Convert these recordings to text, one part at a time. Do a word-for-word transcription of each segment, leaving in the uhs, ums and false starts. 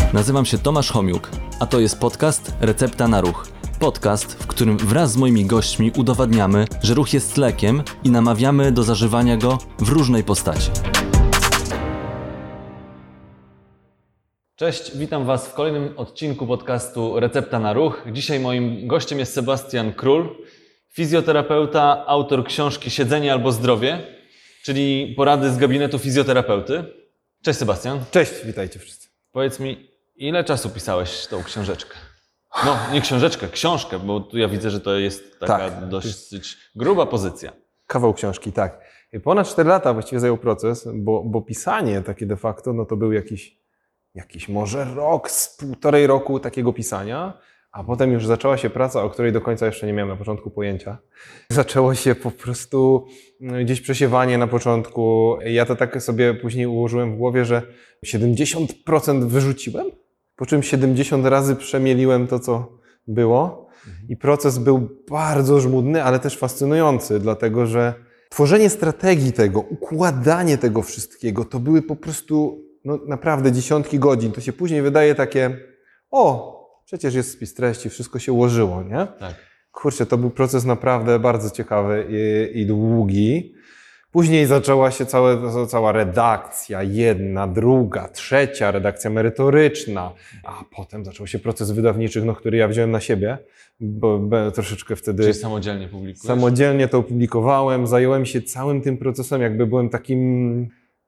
Nazywam się Tomasz Homiuk, a to jest podcast Recepta na Ruch. Podcast, w którym wraz z moimi gośćmi udowadniamy, że ruch jest lekiem i namawiamy do zażywania go w różnej postaci. Cześć, witam Was w kolejnym odcinku podcastu Recepta na Ruch. Dzisiaj moim gościem jest Sebastian Król, fizjoterapeuta, autor książki Siedzenie albo zdrowie, czyli porady z gabinetu fizjoterapeuty. Cześć Sebastian. Cześć, witajcie wszyscy. Powiedz mi, ile czasu pisałeś tą książeczkę? No, nie książeczkę, książkę, bo tu ja widzę, że to jest taka tak, dosyć gruba pozycja. Kawał książki, tak. Ponad cztery lata właściwie zajął proces, bo, bo pisanie takie de facto, no to był jakiś, jakiś może rok, z półtorej roku takiego pisania, a potem już zaczęła się praca, o której do końca jeszcze nie miałem na początku pojęcia. Zaczęło się po prostu gdzieś przesiewanie na początku. Ja to tak sobie później ułożyłem w głowie, że siedemdziesiąt procent wyrzuciłem, po czym siedemdziesiąt razy przemieliłem to, co było. I proces był bardzo żmudny, ale też fascynujący, dlatego że tworzenie strategii tego, układanie tego wszystkiego, to były po prostu no, naprawdę dziesiątki godzin. To się później wydaje takie, o, przecież jest spis treści, wszystko się ułożyło, nie? Tak. Kurczę, to był proces naprawdę bardzo ciekawy i, i długi. Później zaczęła się całe, cała redakcja, jedna, druga, trzecia, redakcja merytoryczna, a potem zaczął się proces wydawniczy, no, który ja wziąłem na siebie, bo, bo troszeczkę wtedy... Czyli samodzielnie publikujesz? Samodzielnie to opublikowałem, zająłem się całym tym procesem, jakby byłem takim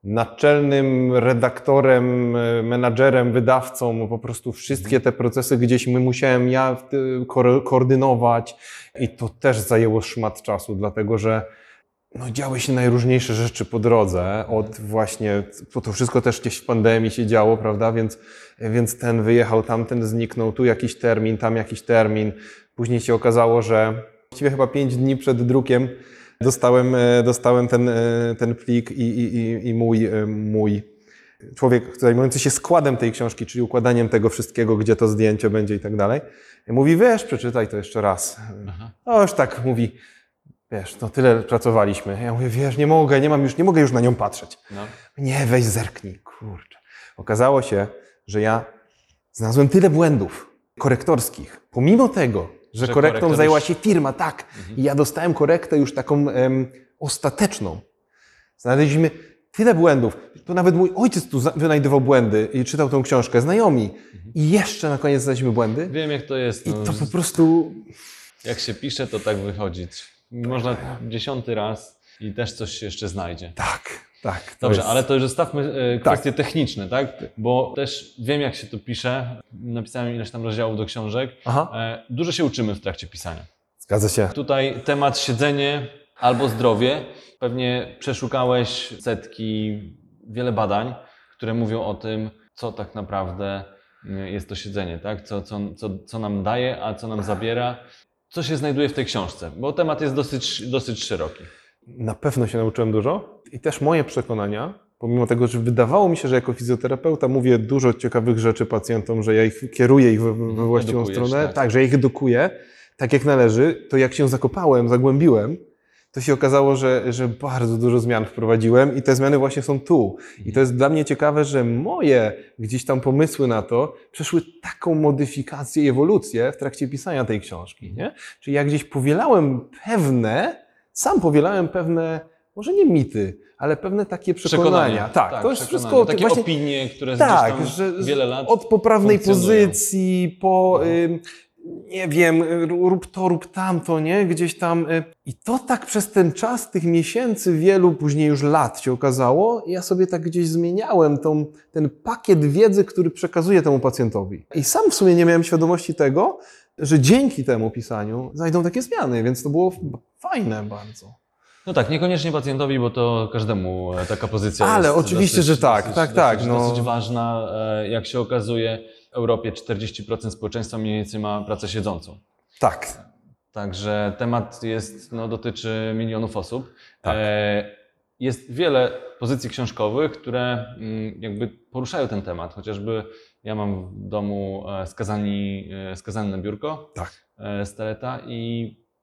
naczelnym redaktorem, menadżerem, wydawcą, po prostu wszystkie te procesy gdzieś my musiałem ja ko- koordynować i to też zajęło szmat czasu, dlatego że no, działy się najróżniejsze rzeczy po drodze, od właśnie, bo to wszystko też gdzieś w pandemii się działo, prawda, więc, więc ten wyjechał, tamten zniknął, tu jakiś termin, tam jakiś termin. Później się okazało, że właściwie chyba pięć dni przed drukiem dostałem, dostałem ten, ten plik i, i, i mój, mój człowiek zajmujący się składem tej książki, czyli układaniem tego wszystkiego, gdzie to zdjęcie będzie i tak dalej, mówi, wiesz, przeczytaj to jeszcze raz. Aha. No już tak mówi, wiesz, no tyle pracowaliśmy. Ja mówię, wiesz, nie mogę, nie mam już, nie mogę już na nią patrzeć. No. Nie, weź zerknij, kurczę. Okazało się, że ja znalazłem tyle błędów korektorskich, pomimo tego, że, że korektą korektor zajęła się firma, tak. Mhm. I ja dostałem korektę już taką em, ostateczną. Znaleźliśmy tyle błędów. To nawet mój ojciec tu wynajdywał błędy i czytał tą książkę, znajomi. Mhm. I jeszcze na koniec znaleźliśmy błędy. Wiem, jak to jest. No. I to po prostu... Jak się pisze, to tak wychodzi. Można dziesiąty raz i też coś się jeszcze znajdzie. Tak, tak. Dobrze, jest... ale to już zostawmy e, kwestie tak. techniczne, tak? Bo też wiem, jak się to pisze. Napisałem ileś tam rozdziałów do książek. E, dużo się uczymy w trakcie pisania. Zgadza się. Tutaj temat siedzenie albo zdrowie. Pewnie przeszukałeś setki, wiele badań, które mówią o tym, co tak naprawdę jest to siedzenie, tak? Co, co, co, co nam daje, a co nam zabiera. Co się znajduje w tej książce? Bo temat jest dosyć, dosyć szeroki. Na pewno się nauczyłem dużo i też moje przekonania, pomimo tego, że wydawało mi się, że jako fizjoterapeuta mówię dużo ciekawych rzeczy pacjentom, że ja ich kieruję ich we, we właściwą Edukujesz, stronę, tak. tak, że ja ich edukuję, tak jak należy, to jak się zakopałem, zagłębiłem, to się okazało, że, że bardzo dużo zmian wprowadziłem i te zmiany właśnie są tu. I to jest dla mnie ciekawe, że moje gdzieś tam pomysły na to przeszły taką modyfikację i ewolucję w trakcie pisania tej książki, nie? Czyli ja gdzieś powielałem pewne, sam powielałem pewne, może nie mity, ale pewne takie przekonania. przekonania. Tak, tak, to jest wszystko... Takie właśnie, opinie, które tak, gdzieś tam że wiele lat od poprawnej pozycji, po... No. Y, nie wiem, rób to, rób tamto, nie? Gdzieś tam. I to tak przez ten czas, tych miesięcy, wielu, później już lat się okazało, ja sobie tak gdzieś zmieniałem tą, ten pakiet wiedzy, który przekazuję temu pacjentowi. I sam w sumie nie miałem świadomości tego, że dzięki temu pisaniu zajdą takie zmiany, więc to było fajne bardzo. No tak, niekoniecznie pacjentowi, bo to każdemu taka pozycja Ale jest oczywiście, dosyć, że tak, dosyć, tak, dosyć, tak. Dosyć, no. dosyć ważna, jak się okazuje. W Europie czterdzieści procent społeczeństwa mniej więcej ma pracę siedzącą. Tak. Także temat jest, no, dotyczy milionów osób. Tak. E, jest wiele pozycji książkowych, które mm, jakby poruszają ten temat. Chociażby ja mam w domu skazani, skazane biurko tak. z Teleta i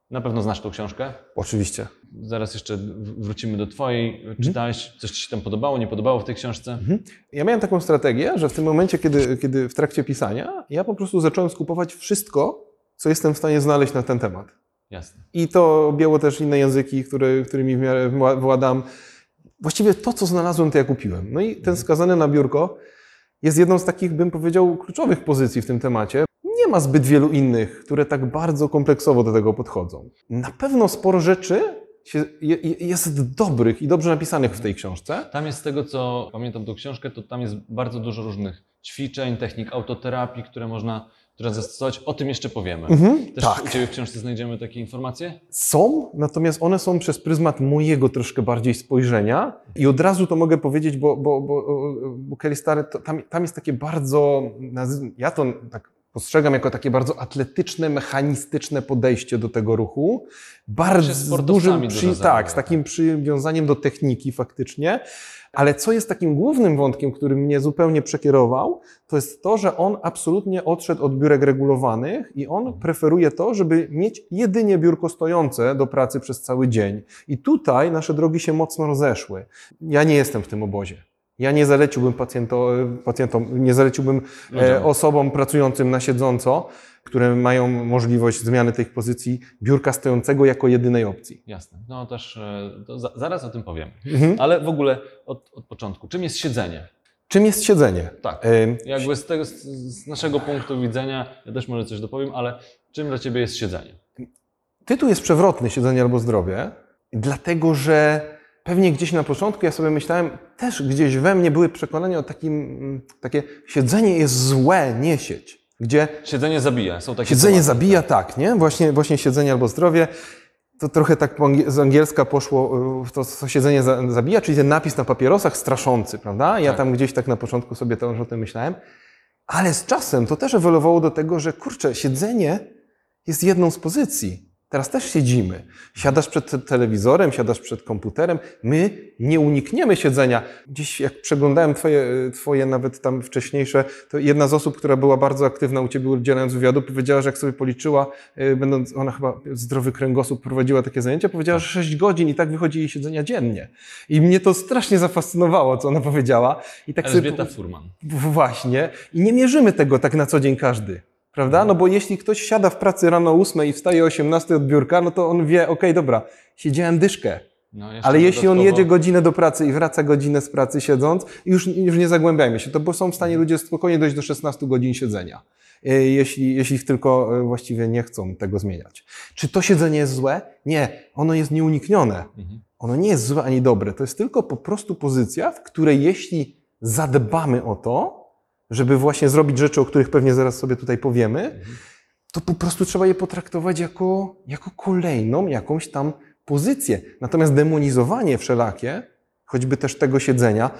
Na pewno znasz tą książkę. Oczywiście. Zaraz jeszcze w- wrócimy do twojej. Czytałeś, coś ci się tam podobało, nie podobało w tej książce? Mhm. Ja miałem taką strategię, że w tym momencie, kiedy, kiedy w trakcie pisania, ja po prostu zacząłem skupować wszystko, co jestem w stanie znaleźć na ten temat. Jasne. I to objęło też inne języki, które, którymi w miarę wła- władam. Właściwie to, co znalazłem, to ja kupiłem. No i ten skazany na biurko jest jedną z takich, bym powiedział, kluczowych pozycji w tym temacie. Nie ma zbyt wielu innych, które tak bardzo kompleksowo do tego podchodzą. Na pewno sporo rzeczy się, je, jest dobrych i dobrze napisanych w tej książce. Tam jest z tego, co pamiętam tą książkę, to tam jest bardzo dużo różnych ćwiczeń, technik autoterapii, które można które zastosować. O tym jeszcze powiemy. Mhm, Też tak. u Ciebie w książce znajdziemy takie informacje? Są, natomiast one są przez pryzmat mojego troszkę bardziej spojrzenia i od razu to mogę powiedzieć, bo, bo, bo, bo Kelly Starrett, to tam, tam jest takie bardzo, nazw- ja to tak postrzegam jako takie bardzo atletyczne, mechanistyczne podejście do tego ruchu, bardzo z z sportowcami dużym, dużo przy, zajmuje, tak, z tak. takim przywiązaniem do techniki faktycznie, ale co jest takim głównym wątkiem, który mnie zupełnie przekierował, to jest to, że on absolutnie odszedł od biurek regulowanych i on preferuje to, żeby mieć jedynie biurko stojące do pracy przez cały dzień. I tutaj nasze drogi się mocno rozeszły. Ja nie jestem w tym obozie. Ja nie zaleciłbym pacjento, pacjentom, nie zaleciłbym e, osobom pracującym na siedząco, które mają możliwość zmiany tych pozycji, biurka stojącego jako jedynej opcji. Jasne. No też e, to za, zaraz o tym powiemy. Mhm. Ale w ogóle od, od początku. Czym jest siedzenie? Czym jest siedzenie? Tak. E, Jakby z, tego, z, z naszego punktu widzenia, ja też może coś dopowiem, ale czym dla Ciebie jest siedzenie? Tytuł jest przewrotny, siedzenie albo zdrowie, dlatego że pewnie gdzieś na początku ja sobie myślałem, też gdzieś we mnie były przekonania o takim, takie siedzenie jest złe, nie siedź. Gdzie Siedzenie zabija. Są takie siedzenie tematy, zabija, tak, nie? Właśnie, właśnie siedzenie albo zdrowie. To trochę tak po angie- z angielska poszło, y, to, to siedzenie za, zabija, czyli ten napis na papierosach straszący, prawda? Ja Tak. tam gdzieś tak na początku sobie to, o tym myślałem. Ale z czasem to też ewoluowało do tego, że kurczę, siedzenie jest jedną z pozycji. Teraz też siedzimy. Siadasz przed te- telewizorem, siadasz przed komputerem. My nie unikniemy siedzenia. Gdzieś jak przeglądałem twoje, twoje nawet tam wcześniejsze, to jedna z osób, która była bardzo aktywna u Ciebie udzielając wywiadu, powiedziała, że jak sobie policzyła, y, będąc, ona chyba zdrowy kręgosłup prowadziła takie zajęcia, powiedziała, że sześć godzin i tak wychodzi jej siedzenia dziennie. I mnie to strasznie zafascynowało, co ona powiedziała. I tak sobie Elżbieta Furman. W- Właśnie. I nie mierzymy tego tak na co dzień każdy. Prawda? No bo jeśli ktoś siada w pracy rano o ósmej i wstaje o osiemnastej od biurka, no to on wie, okej, dobra, siedziałem dyszkę. No, jeszcze Ale jeśli on dodatkowo- jedzie godzinę do pracy i wraca godzinę z pracy siedząc, już, już nie zagłębiajmy się, to bo są w stanie ludzie spokojnie dojść do szesnastu godzin siedzenia, e, jeśli, jeśli tylko e, właściwie nie chcą tego zmieniać. Czy to siedzenie jest złe? Nie, ono jest nieuniknione. Mhm. Ono nie jest złe ani dobre. To jest tylko po prostu pozycja, w której jeśli zadbamy o to, żeby właśnie zrobić rzeczy, o których pewnie zaraz sobie tutaj powiemy, to po prostu trzeba je potraktować jako, jako kolejną jakąś tam pozycję. Natomiast demonizowanie wszelakie, choćby też tego siedzenia,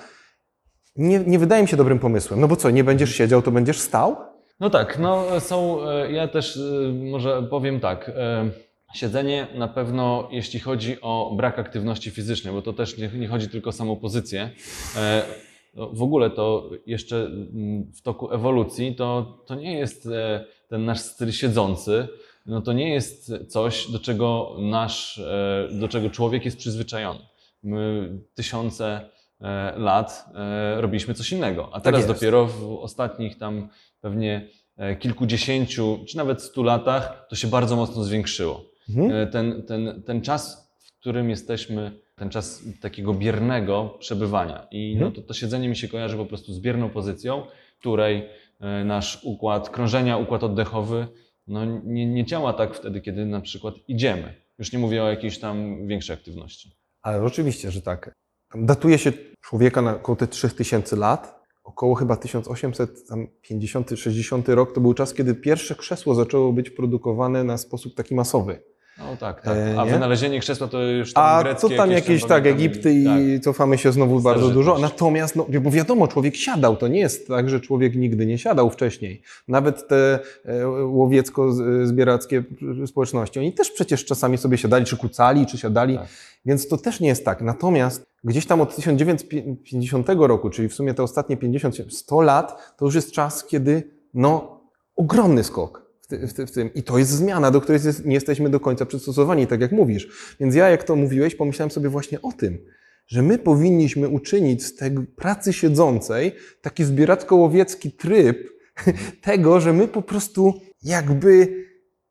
nie, nie wydaje mi się dobrym pomysłem. No bo co, nie będziesz siedział, to będziesz stał? No tak, no są, e, ja też e, może powiem tak, e, siedzenie na pewno, jeśli chodzi o brak aktywności fizycznej, bo to też nie, nie chodzi tylko o samą pozycję, e, no w ogóle to jeszcze mm, w toku ewolucji to, to nie jest e, ten nasz styl siedzący, no to nie jest coś, do czego nasz, e, do czego człowiek jest przyzwyczajony. My tysiące e, lat e, robiliśmy coś innego, a teraz jest. dopiero w ostatnich tam pewnie e, kilkudziesięciu, czy nawet stu latach to się bardzo mocno zwiększyło. Mhm. E, Ten, ten, ten czas, w którym jesteśmy, ten czas takiego biernego przebywania. I no, to, to siedzenie mi się kojarzy po prostu z bierną pozycją, w której e, nasz układ krążenia, układ oddechowy no, nie, nie działa tak wtedy, kiedy na przykład idziemy. Już nie mówię o jakiejś tam większej aktywności. Ale oczywiście, że tak. Tam datuje się człowieka na około te trzy tysiące lat. Około chyba tysiąc osiemset pięćdziesiąty sześćdziesiąty rok to był czas, kiedy pierwsze krzesło zaczęło być produkowane na sposób taki masowy. No tak, tak. E, A nie? wynalezienie krzesła to już tam A greckie co tam jakieś, tak, pamiętam, Egipty i tak. cofamy się znowu bardzo Starożytność. dużo. Natomiast, no, bo wiadomo, człowiek siadał. To nie jest tak, że człowiek nigdy nie siadał wcześniej. Nawet te e, łowiecko-zbierackie społeczności, oni też przecież czasami sobie siadali, czy kucali, czy siadali. Tak. Więc to też nie jest tak. Natomiast gdzieś tam od tysiąc dziewięćset pięćdziesiątego roku, czyli w sumie te ostatnie pięćdziesiąt sto lat, to już jest czas, kiedy no, ogromny skok ty, w, ty, w tym. I to jest zmiana, do której nie jesteśmy do końca przystosowani, tak jak mówisz. Więc ja, jak to mówiłeś, pomyślałem sobie właśnie o tym, że my powinniśmy uczynić z tej pracy siedzącej taki zbieracko-łowiecki tryb tego, że my po prostu jakby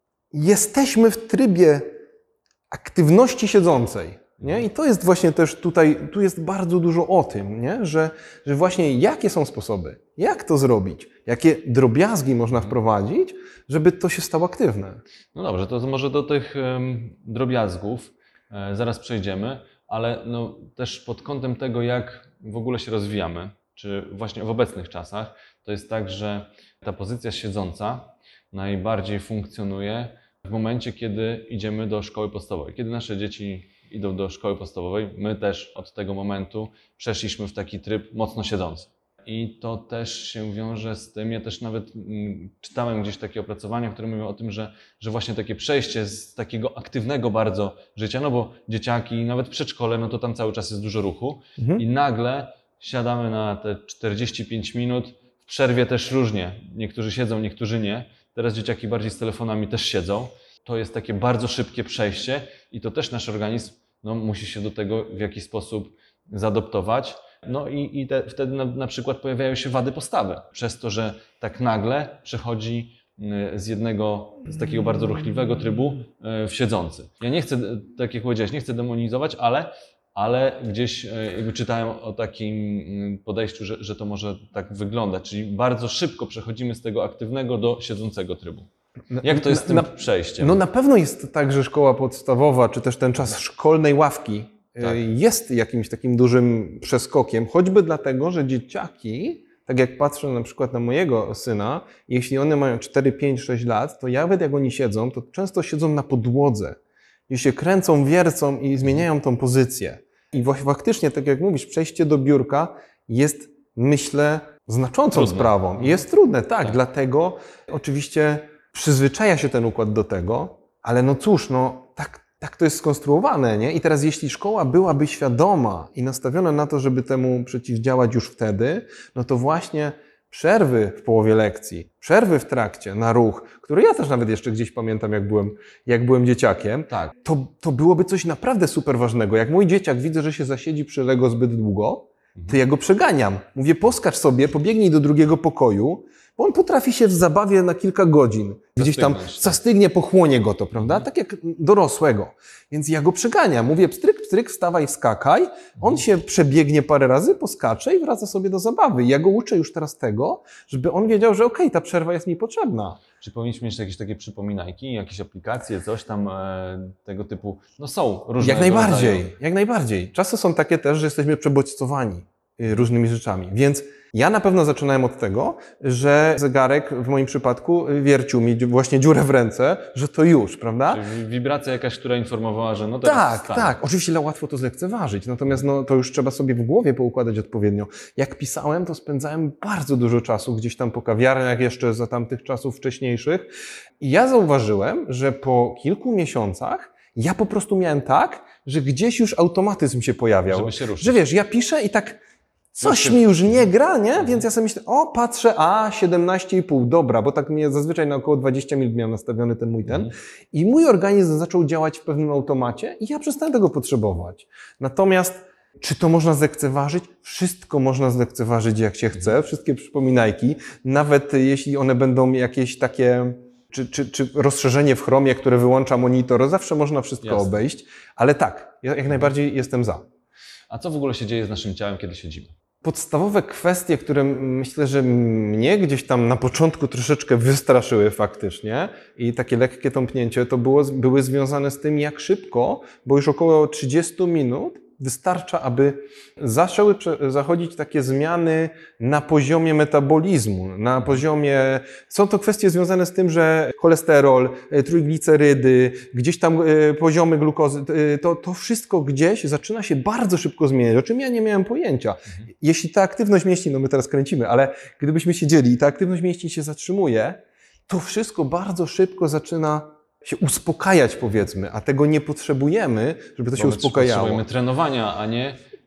jesteśmy w trybie aktywności siedzącej. Nie? I to jest właśnie też tutaj, tu jest bardzo dużo o tym, nie? Że, że właśnie jakie są sposoby, jak to zrobić, jakie drobiazgi można wprowadzić, żeby to się stało aktywne. No dobrze, to może do tych um, drobiazgów e, zaraz przejdziemy, ale no, też pod kątem tego, jak w ogóle się rozwijamy, czy właśnie w obecnych czasach, to jest tak, że ta pozycja siedząca najbardziej funkcjonuje w momencie, kiedy idziemy do szkoły podstawowej. Kiedy nasze dzieci idą do szkoły podstawowej, my też od tego momentu przeszliśmy w taki tryb mocno siedzący. I to też się wiąże z tym, ja też nawet mm, czytałem gdzieś takie opracowania, które mówią o tym, że, że właśnie takie przejście z takiego aktywnego bardzo życia, no bo dzieciaki, nawet w przedszkole, no to tam cały czas jest dużo ruchu Mhm. i nagle siadamy na te czterdzieści pięć minut, w przerwie też różnie, niektórzy siedzą, niektórzy nie, teraz dzieciaki bardziej z telefonami też siedzą. To jest takie bardzo szybkie przejście i to też nasz organizm no, musi się do tego w jakiś sposób zaadoptować. No i, i te, wtedy na, na przykład pojawiają się wady postawy, przez to, że tak nagle przechodzi z jednego, z takiego bardzo ruchliwego trybu w siedzący. Ja nie chcę, tak jak powiedziałeś, nie chcę demonizować, ale, ale gdzieś jakby czytałem o takim podejściu, że, że to może tak wyglądać, czyli bardzo szybko przechodzimy z tego aktywnego do siedzącego trybu. Jak to jest z tym na, przejściem? No na pewno jest tak, że szkoła podstawowa, czy też ten czas szkolnej ławki Tak. jest jakimś takim dużym przeskokiem, choćby dlatego, że dzieciaki, tak jak patrzę na przykład na mojego syna, jeśli one mają cztery, pięć, sześć lat, to nawet jak oni siedzą, to często siedzą na podłodze, gdzie się kręcą, wiercą i zmieniają tą pozycję. I faktycznie, tak jak mówisz, przejście do biurka jest, myślę, znaczącą Trudne. sprawą. Jest trudne, tak, Tak. dlatego oczywiście przyzwyczaja się ten układ do tego, ale no cóż, no tak, tak to jest skonstruowane, nie? I teraz jeśli szkoła byłaby świadoma i nastawiona na to, żeby temu przeciwdziałać już wtedy, no to właśnie przerwy w połowie lekcji, przerwy w trakcie na ruch, który ja też nawet jeszcze gdzieś pamiętam, jak byłem, jak byłem dzieciakiem, Tak. to, to byłoby coś naprawdę super ważnego. Jak mój dzieciak widzę, że się zasiedzi przy Lego zbyt długo, to ja go przeganiam. Mówię, poskacz sobie, pobiegnij do drugiego pokoju, bo on potrafi się w zabawie na kilka godzin gdzieś tam Zastygnąć. zastygnie, pochłonie go to, prawda? Tak jak dorosłego. Więc ja go przeganiam. Mówię, pstryk, pstryk, wstawaj, wskakaj. On się przebiegnie parę razy, poskacze i wraca sobie do zabawy. Ja go uczę już teraz tego, żeby on wiedział, że okej, ta przerwa jest mi potrzebna. Czy powinniśmy mieć jakieś takie przypominajki, jakieś aplikacje, coś tam e, tego typu? No są różne. Jak najbardziej, jak najbardziej. Czasy są takie też, że jesteśmy przebodźcowani y, różnymi rzeczami. Więc ja na pewno zaczynałem od tego, że zegarek w moim przypadku wiercił mi właśnie dziurę w ręce, że to już, prawda? Czyli wibracja jakaś, która informowała, że no teraz Tak, wstań. tak. Oczywiście łatwo to zlekceważyć, natomiast no, to już trzeba sobie w głowie poukładać odpowiednio. Jak pisałem, to spędzałem bardzo dużo czasu gdzieś tam po kawiarniach, jeszcze za tamtych czasów wcześniejszych. I ja zauważyłem, że po kilku miesiącach ja po prostu miałem tak, że gdzieś już automatyzm się pojawiał. Żeby się ruszyć. Że wiesz, ja piszę i tak coś Już się- mi już nie gra, nie? Więc ja sobie myślę, o patrzę, a siedemnaście i pół, dobra, bo tak mnie zazwyczaj na około dwadzieścia minut miałem nastawiony ten mój ten. I mój organizm zaczął działać w pewnym automacie i ja przestałem tego potrzebować. Natomiast czy to można zlekceważyć? Wszystko można zlekceważyć jak się chce, wszystkie przypominajki, nawet jeśli one będą jakieś takie, czy, czy, czy rozszerzenie w Chromie, które wyłącza monitor, zawsze można wszystko Jasne. obejść, ale tak, ja jak najbardziej jestem za. A co w ogóle się dzieje z naszym ciałem, kiedy siedzimy? Podstawowe kwestie, które myślę, że mnie gdzieś tam na początku troszeczkę wystraszyły faktycznie i takie lekkie tąpnięcie, to było, były związane z tym, jak szybko, bo już około trzydzieści minut wystarcza, aby zaczęły prze- zachodzić takie zmiany na poziomie metabolizmu, na poziomie... Są to kwestie związane z tym, że cholesterol, e, trójglicerydy, gdzieś tam e, poziomy glukozy, e, to, to wszystko gdzieś zaczyna się bardzo szybko zmieniać, o czym ja nie miałem pojęcia. Jeśli ta aktywność mięśni, no my teraz kręcimy, ale gdybyśmy siedzieli i ta aktywność mięśni się zatrzymuje, to wszystko bardzo szybko zaczyna się uspokajać, powiedzmy, a tego nie potrzebujemy, żeby to się Bo my uspokajało. Potrzebujemy trenowania, a nie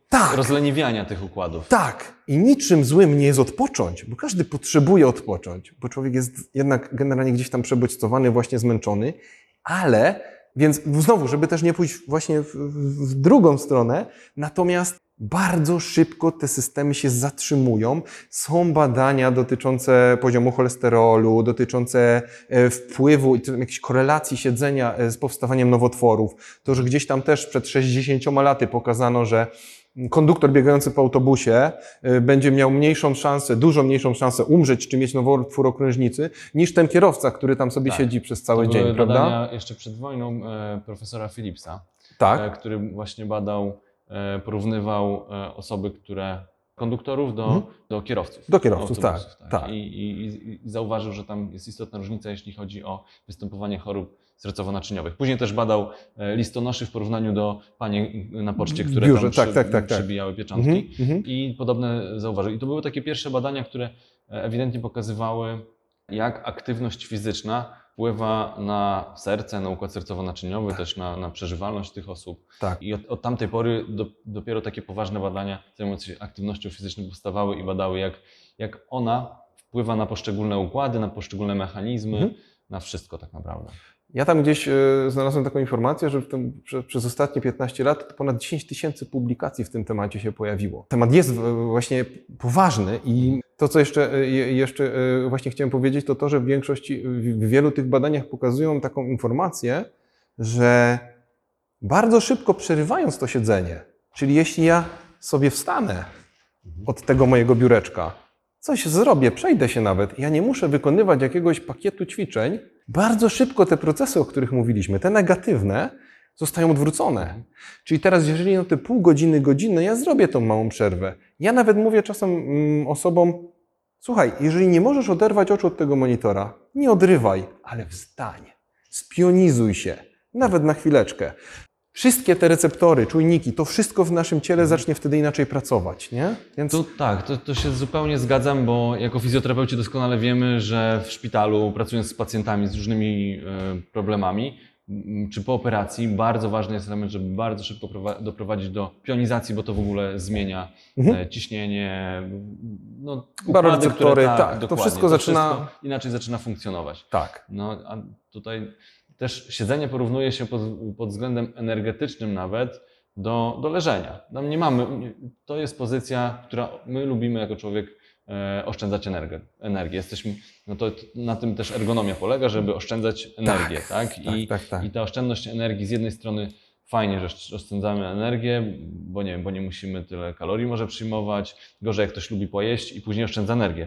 Tak. rozleniwiania tych układów. Tak. I niczym złym nie jest odpocząć, bo każdy potrzebuje odpocząć, bo człowiek jest jednak generalnie gdzieś tam przebodźcowany, właśnie zmęczony, ale, więc znowu, żeby też nie pójść właśnie w, w drugą stronę, natomiast bardzo szybko te systemy się zatrzymują. Są badania dotyczące poziomu cholesterolu, dotyczące e, wpływu i jakiejś korelacji siedzenia e, z powstawaniem nowotworów. To, że gdzieś tam też przed sześćdziesięcioma laty pokazano, że konduktor biegający po autobusie y, będzie miał mniejszą szansę, dużo mniejszą szansę umrzeć czy mieć nowotwór okrężnicy, niż ten kierowca, który tam sobie Tak. siedzi przez cały to dzień, były prawda? badania jeszcze przed wojną e, profesora Philipsa, Tak. e, który właśnie badał, e, porównywał e, osoby, które konduktorów do, Mhm. do kierowców. Do kierowców, autobusów, tak, tak. I, i, I zauważył, że tam jest istotna różnica, jeśli chodzi o występowanie chorób sercowo-naczyniowych. Później też badał e, listonoszy w porównaniu do pani na poczcie, które biurze, tam tak, przy, tak, tak, tak. przybijały pieczątki. Mhm, mhm. I podobne zauważył. I to były takie pierwsze badania, które ewidentnie pokazywały, jak aktywność fizyczna wpływa na serce, na układ sercowo-naczyniowy, Tak. też na, na przeżywalność tych osób. Tak. I od, od tamtej pory do, dopiero takie poważne badania zajmujące się aktywnością fizyczną powstawały i badały, jak, jak ona wpływa na poszczególne układy, na poszczególne mechanizmy, Mhm. na wszystko tak naprawdę. Ja tam gdzieś e, znalazłem taką informację, że w tym, prze, przez ostatnie piętnaście lat to ponad dziesięć tysięcy publikacji w tym temacie się pojawiło. Temat jest e, właśnie poważny i to, co jeszcze, e, jeszcze e, właśnie chciałem powiedzieć, to to, że w większości, w wielu tych badaniach pokazują taką informację, że bardzo szybko przerywając to siedzenie, czyli jeśli ja sobie wstanę od tego mojego biureczka, coś zrobię, przejdę się nawet, ja nie muszę wykonywać jakiegoś pakietu ćwiczeń, bardzo szybko te procesy, o których mówiliśmy, te negatywne, zostają odwrócone. Czyli teraz, jeżeli na te pół godziny, godzinę, ja zrobię tą małą przerwę. Ja nawet mówię czasem mm, osobom, słuchaj, jeżeli nie możesz oderwać oczu od tego monitora, nie odrywaj, ale wstań, spionizuj się, nawet na chwileczkę. Wszystkie te receptory, czujniki, to wszystko w naszym ciele zacznie wtedy inaczej pracować, nie? Więc... To, tak, to, to się zupełnie zgadzam, bo jako fizjoterapeuci doskonale wiemy, że w szpitalu, pracując z pacjentami z różnymi e, problemami, m, czy po operacji, bardzo ważny jest element, żeby bardzo szybko prowa- doprowadzić do pionizacji, bo to w ogóle zmienia Mhm. e, ciśnienie, no, Baroreceptory, tak, to dokładnie, wszystko zaczyna- wszystko inaczej zaczyna funkcjonować. Tak. No, a tutaj też siedzenie porównuje się pod, pod względem energetycznym nawet do, do leżenia. Tam nie mamy, to jest pozycja, która my lubimy jako człowiek e, oszczędzać energię. energię. Jesteśmy, no to na tym też ergonomia polega, żeby oszczędzać energię. Tak, tak, I, tak, tak. I ta oszczędność energii z jednej strony fajnie, że oszczędzamy energię, bo nie, bo nie musimy tyle kalorii może przyjmować. Gorzej jak ktoś lubi pojeść i później oszczędza energię.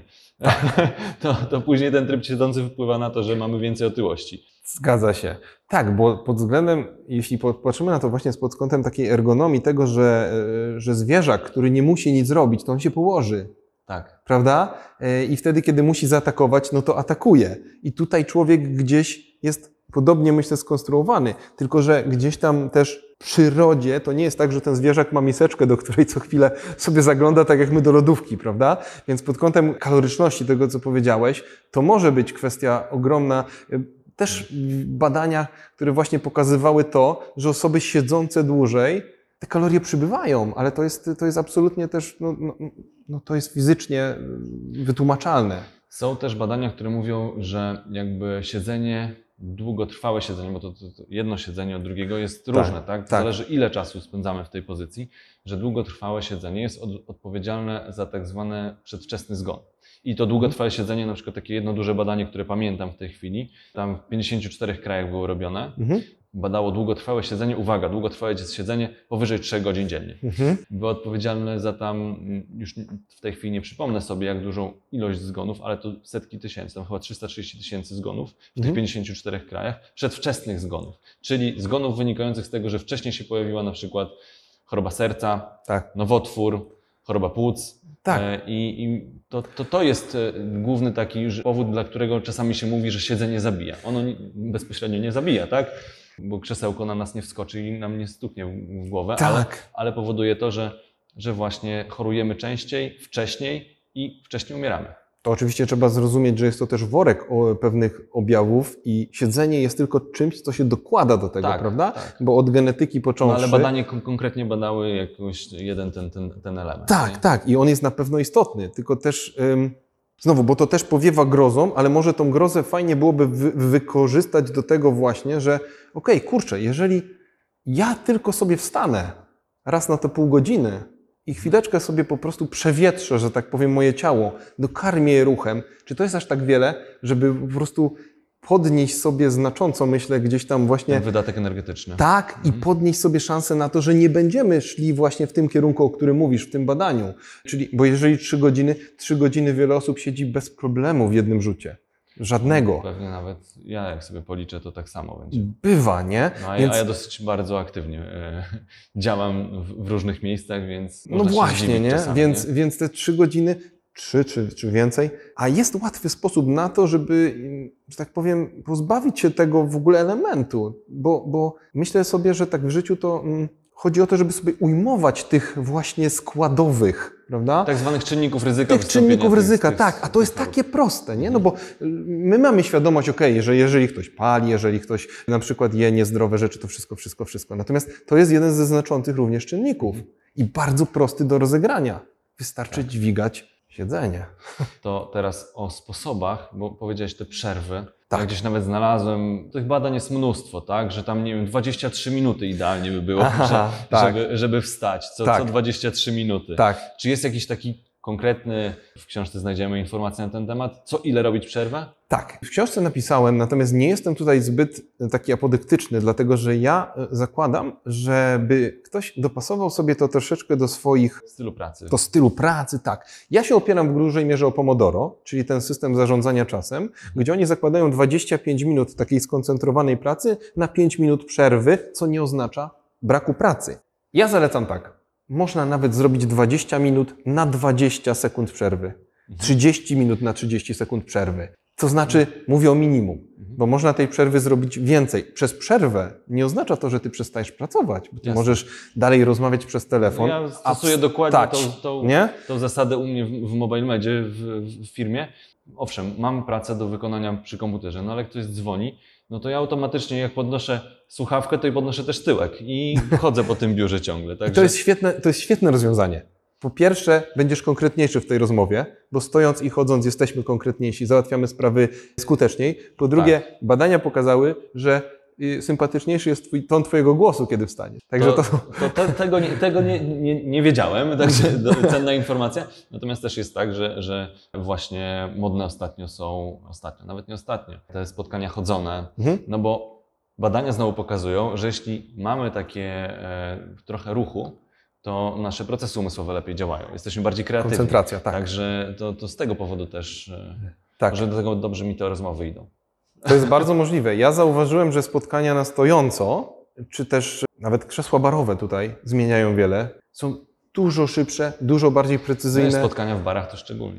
to, to później ten tryb siedzący wpływa na to, że mamy więcej otyłości. Zgadza się. Tak, bo pod względem, jeśli popatrzymy na to właśnie pod kątem takiej ergonomii tego, że, e, że zwierzak, który nie musi nic robić, to on się położy, Tak. prawda? E, I wtedy, kiedy musi zaatakować, no to atakuje. I tutaj człowiek gdzieś jest podobnie, myślę, skonstruowany, tylko że gdzieś tam też w przyrodzie to nie jest tak, że ten zwierzak ma miseczkę, do której co chwilę sobie zagląda, tak jak my do lodówki, prawda? Więc pod kątem kaloryczności tego, co powiedziałeś, to może być kwestia ogromna. Też badania, które właśnie pokazywały to, że osoby siedzące dłużej, te kalorie przybywają, ale to jest, to jest absolutnie też, no, no, no to jest fizycznie wytłumaczalne. Są też badania, które mówią, że jakby siedzenie, długotrwałe siedzenie, bo to, to, to jedno siedzenie od drugiego jest Tak, różne, tak? To tak. zależy, ile czasu spędzamy w tej pozycji, że długotrwałe siedzenie jest od, odpowiedzialne za tak zwany przedwczesny zgon. I to długotrwałe siedzenie, na przykład takie jedno duże badanie, które pamiętam w tej chwili, tam w pięćdziesięciu czterech krajach było robione, Mhm. badało długotrwałe siedzenie, uwaga, długotrwałe siedzenie powyżej trzech godzin dziennie. Mhm. Było odpowiedzialne za tam, już w tej chwili nie przypomnę sobie jak dużą ilość zgonów, ale to setki tysięcy, tam chyba trzysta trzydzieści tysięcy zgonów w Mhm. tych pięćdziesięciu czterech krajach, przedwczesnych zgonów, czyli zgonów wynikających z tego, że wcześniej się pojawiła na przykład choroba serca, Tak. nowotwór, choroba płuc. Tak. E, I, i to, to, to jest e, główny taki już powód, dla którego czasami się mówi, że siedzenie zabija. Ono nie, bezpośrednio nie zabija, tak? Bo krzesełko na nas nie wskoczy i nam nie stuknie w, w głowę, Tak. ale, ale powoduje to, że, że właśnie chorujemy częściej, wcześniej i wcześniej umieramy. To oczywiście trzeba zrozumieć, że jest to też worek o pewnych objawów i siedzenie jest tylko czymś, co się dokłada do tego, Tak, prawda? tak. Bo od genetyki No, począwszy... ale badanie kon- konkretnie badały jakiś jeden ten, ten, ten element. Tak, nie? tak. I on jest na pewno istotny, tylko też... Ym, znowu, bo to też powiewa grozą, ale może tą grozę fajnie byłoby wy- wykorzystać do tego właśnie, że okej, okay, kurczę, jeżeli ja tylko sobie wstanę raz na te pół godziny i chwileczkę sobie po prostu przewietrzę, że tak powiem, moje ciało, dokarmię je ruchem, czy to jest aż tak wiele, żeby po prostu podnieść sobie znacząco, myślę, gdzieś tam właśnie... Ten wydatek energetyczny. Tak, i podnieść sobie szansę na to, że nie będziemy szli właśnie w tym kierunku, o którym mówisz, w tym badaniu. Czyli, bo jeżeli trzy godziny, trzy godziny wiele osób siedzi bez problemu w jednym rzucie. Żadnego. Pewnie nawet ja, jak sobie policzę, to tak samo będzie. Bywa, nie? No, a, Więc... ja, a ja dosyć bardzo aktywnie e, działam w, w różnych miejscach, więc No można się właśnie, zdziwić nie? czasami, Więc, nie? więc te trzy godziny, trzy czy, czy więcej, a jest łatwy sposób na to, żeby, że tak powiem, pozbawić się tego w ogóle elementu, bo, bo myślę sobie, że tak w życiu to mm, chodzi o to, żeby sobie ujmować tych właśnie składowych, prawda? Tak zwanych czynników ryzyka. Tych czynników tych- ryzyka, tych- tak, a to jest tych takie proste, nie? No bo y, my mamy świadomość, okej, że jeżeli ktoś pali, jeżeli ktoś na przykład je niezdrowe rzeczy, to wszystko, wszystko, wszystko. Natomiast to jest jeden ze znaczących również czynników i bardzo prosty do rozegrania. Wystarczy dźwigać siedzenie. To teraz o sposobach, bo powiedziałeś te przerwy. Tak. Ja gdzieś nawet znalazłem, tych badań jest mnóstwo, tak? Że tam, nie wiem, dwadzieścia trzy minuty idealnie by było, Aha, że, tak. żeby, żeby wstać co, Tak. co dwadzieścia trzy minuty. Tak. Czy jest jakiś taki konkretny, w książce znajdziemy informacje na ten temat, co ile robić przerwę? Tak, w książce napisałem, natomiast nie jestem tutaj zbyt taki apodyktyczny, dlatego że ja e, zakładam, żeby ktoś dopasował sobie to troszeczkę do swoich, W stylu pracy. do stylu pracy, tak. Ja się opieram w dużej mierze o Pomodoro, czyli ten system zarządzania czasem, gdzie oni zakładają dwadzieścia pięć minut takiej skoncentrowanej pracy na pięć minut przerwy, co nie oznacza braku pracy. Ja zalecam tak, można nawet zrobić dwadzieścia minut na dwadzieścia sekund przerwy, trzydzieści minut na trzydzieści sekund przerwy. To znaczy, mówię o minimum, bo można tej przerwy zrobić więcej. Przez przerwę nie oznacza to, że ty przestajesz pracować, bo ty Jasne. możesz dalej rozmawiać przez telefon. Ja a stosuję dokładnie tą, wstać, tą, nie? tą zasadę u mnie w, w MobileMedzie, w, w firmie. Owszem, mam pracę do wykonania przy komputerze, no ale ktoś dzwoni, no to ja automatycznie jak podnoszę słuchawkę, to i podnoszę też tyłek i chodzę po tym biurze ciągle. I Także... to jest świetne, to jest świetne rozwiązanie. Po pierwsze, będziesz konkretniejszy w tej rozmowie, bo stojąc i chodząc jesteśmy konkretniejsi, załatwiamy sprawy skuteczniej. Po drugie, Tak. badania pokazały, że y, sympatyczniejszy jest twój, ton twojego głosu, kiedy wstaniesz. Także to... to, to te, tego, nie, tego nie, nie, nie wiedziałem, także do- cenna informacja. Natomiast też jest tak, że, że właśnie modne ostatnio są, ostatnio, nawet nie ostatnio, te spotkania chodzone, Mhm. no bo badania znowu pokazują, że jeśli mamy takie e, trochę ruchu, to nasze procesy umysłowe lepiej działają. Jesteśmy bardziej kreatywni. Koncentracja, tak. Także to, to z tego powodu też, e, Tak. może do tego dobrze mi te rozmowy idą. To jest bardzo możliwe. Ja zauważyłem, że spotkania na stojąco, czy też nawet krzesła barowe tutaj zmieniają wiele, są dużo szybsze, dużo bardziej No i precyzyjne. spotkania w barach to szczególnie.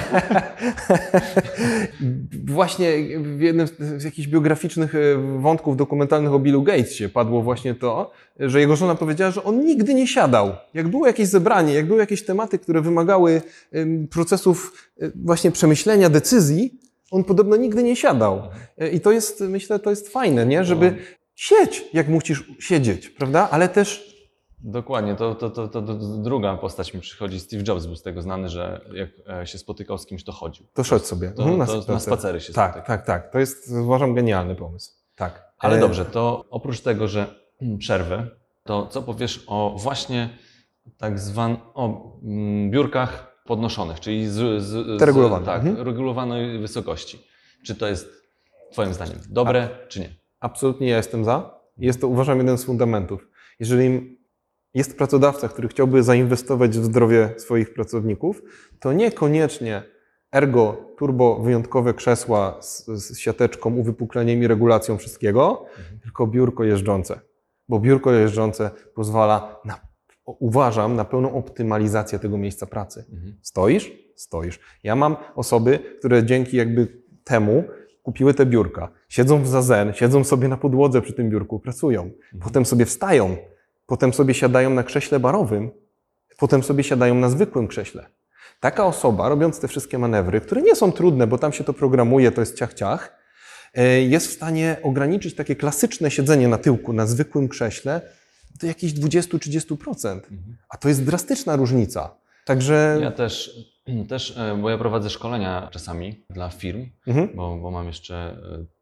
Właśnie w jednym z jakichś biograficznych e, wątków dokumentalnych o Billu Gatesie padło właśnie to, że jego żona powiedziała, że on nigdy nie siadał. Jak było jakieś zebranie, jak były jakieś tematy, które wymagały em, procesów e, właśnie przemyślenia, decyzji, on podobno nigdy nie siadał. E, I to jest, myślę, to jest fajne, nie? Żeby siedź, jak musisz siedzieć, prawda? Ale też Dokładnie, to, to, to, to, to druga postać mi przychodzi. Steve Jobs był z tego znany, że jak e, się spotykał z kimś, to chodził. to szedź sobie. To, Mhm, to na spacery się Tak, spotyka. tak, tak. To jest, uważam, genialny pomysł. Tak. Ale E, dobrze, to oprócz tego, że mm, przerwy, to co powiesz o właśnie tak zwanych mm, biurkach podnoszonych, czyli z, z, Te regulowane. z tak, Mhm. regulowanej wysokości. Czy to jest Twoim zdaniem dobre, czy nie? Absolutnie ja jestem za. Jest to, uważam, jeden z fundamentów. Jeżeli jest pracodawca, który chciałby zainwestować w zdrowie swoich pracowników, to niekoniecznie ergo turbo wyjątkowe krzesła z, z siateczką, uwypukleniem i regulacją wszystkiego, Mhm. tylko biurko jeżdżące. Bo biurko jeżdżące pozwala na, uważam, na pełną optymalizację tego miejsca pracy. Mhm. Stoisz? Stoisz. Ja mam osoby, które dzięki jakby temu kupiły te biurka. Siedzą w zazen, siedzą sobie na podłodze przy tym biurku, pracują. Potem sobie wstają, potem sobie siadają na krześle barowym, potem sobie siadają na zwykłym krześle. Taka osoba, robiąc te wszystkie manewry, które nie są trudne, bo tam się to programuje, to jest ciach-ciach, jest w stanie ograniczyć takie klasyczne siedzenie na tyłku, na zwykłym krześle do jakichś dwadzieścia do trzydziestu procent. Mhm. A to jest drastyczna różnica. Także... Ja też, też, bo ja prowadzę szkolenia czasami dla firm, mhm. bo, bo mam jeszcze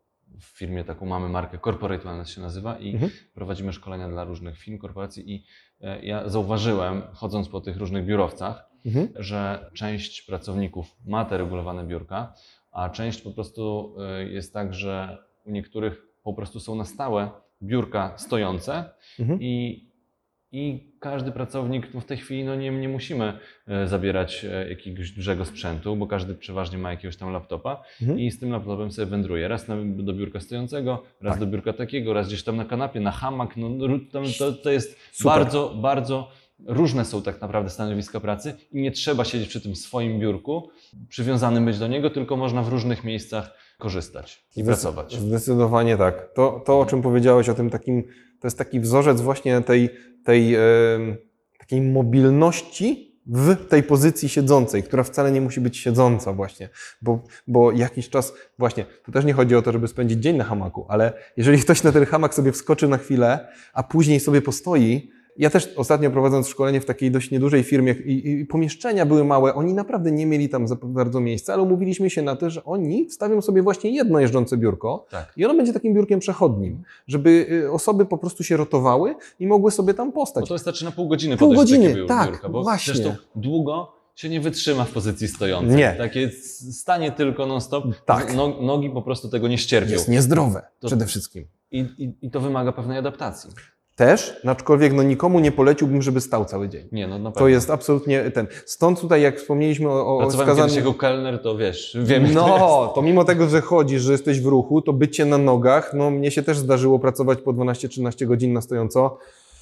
w firmie taką, mamy markę Corporate Wellness się nazywa i mhm. prowadzimy szkolenia dla różnych firm, korporacji i ja zauważyłem, chodząc po tych różnych biurowcach, mhm. że część pracowników ma te regulowane biurka, a część po prostu jest tak, że u niektórych po prostu są na stałe biurka stojące mhm. i, i każdy pracownik, no w tej chwili no nie, nie musimy zabierać jakiegoś dużego sprzętu, bo każdy przeważnie ma jakiegoś tam laptopa mhm. i z tym laptopem sobie wędruje. Raz na, do biurka stojącego, raz tak. do biurka takiego, raz gdzieś tam na kanapie, na hamak. No, tam, to, to jest Super. bardzo, bardzo różne są tak naprawdę stanowiska pracy i nie trzeba siedzieć przy tym swoim biurku, przywiązanym być do niego, tylko można w różnych miejscach korzystać i Zdecyd- pracować. Zdecydowanie tak. To, to, o czym powiedziałeś, o tym takim, to jest taki wzorzec właśnie tej, tej e, takiej mobilności w tej pozycji siedzącej, która wcale nie musi być siedząca właśnie, bo, bo jakiś czas, właśnie, to też nie chodzi o to, żeby spędzić dzień na hamaku, ale jeżeli ktoś na ten hamak sobie wskoczy na chwilę, a później sobie postoi. Ja też ostatnio prowadząc szkolenie w takiej dość niedużej firmie i, i pomieszczenia były małe, oni naprawdę nie mieli tam za bardzo miejsca, ale umówiliśmy się na to, że oni wstawią sobie właśnie jedno jeżdżące biurko tak. i ono będzie takim biurkiem przechodnim, żeby osoby po prostu się rotowały i mogły sobie tam postać. Bo to wystarczy na pół godziny pół podejść godziny, do takiego tak, biurka, bo właśnie. zresztą długo się nie wytrzyma w pozycji stojącej. Nie. Takie stanie tylko non-stop, tak. no, nogi po prostu tego nie ścierpią. Jest niezdrowe to, przede wszystkim. I, i, I to wymaga pewnej adaptacji. Też, aczkolwiek no nikomu nie poleciłbym, żeby stał cały dzień. Nie, no na pewno. To jest absolutnie ten. Stąd tutaj, jak wspomnieliśmy o, o Pracowałem wskazanym... kiedyś jako kelner, to wiesz, wiem, No, to, to mimo tego, że chodzisz, że jesteś w ruchu, to bycie na nogach, no mnie się też zdarzyło pracować po dwanaście trzynaście godzin na stojąco.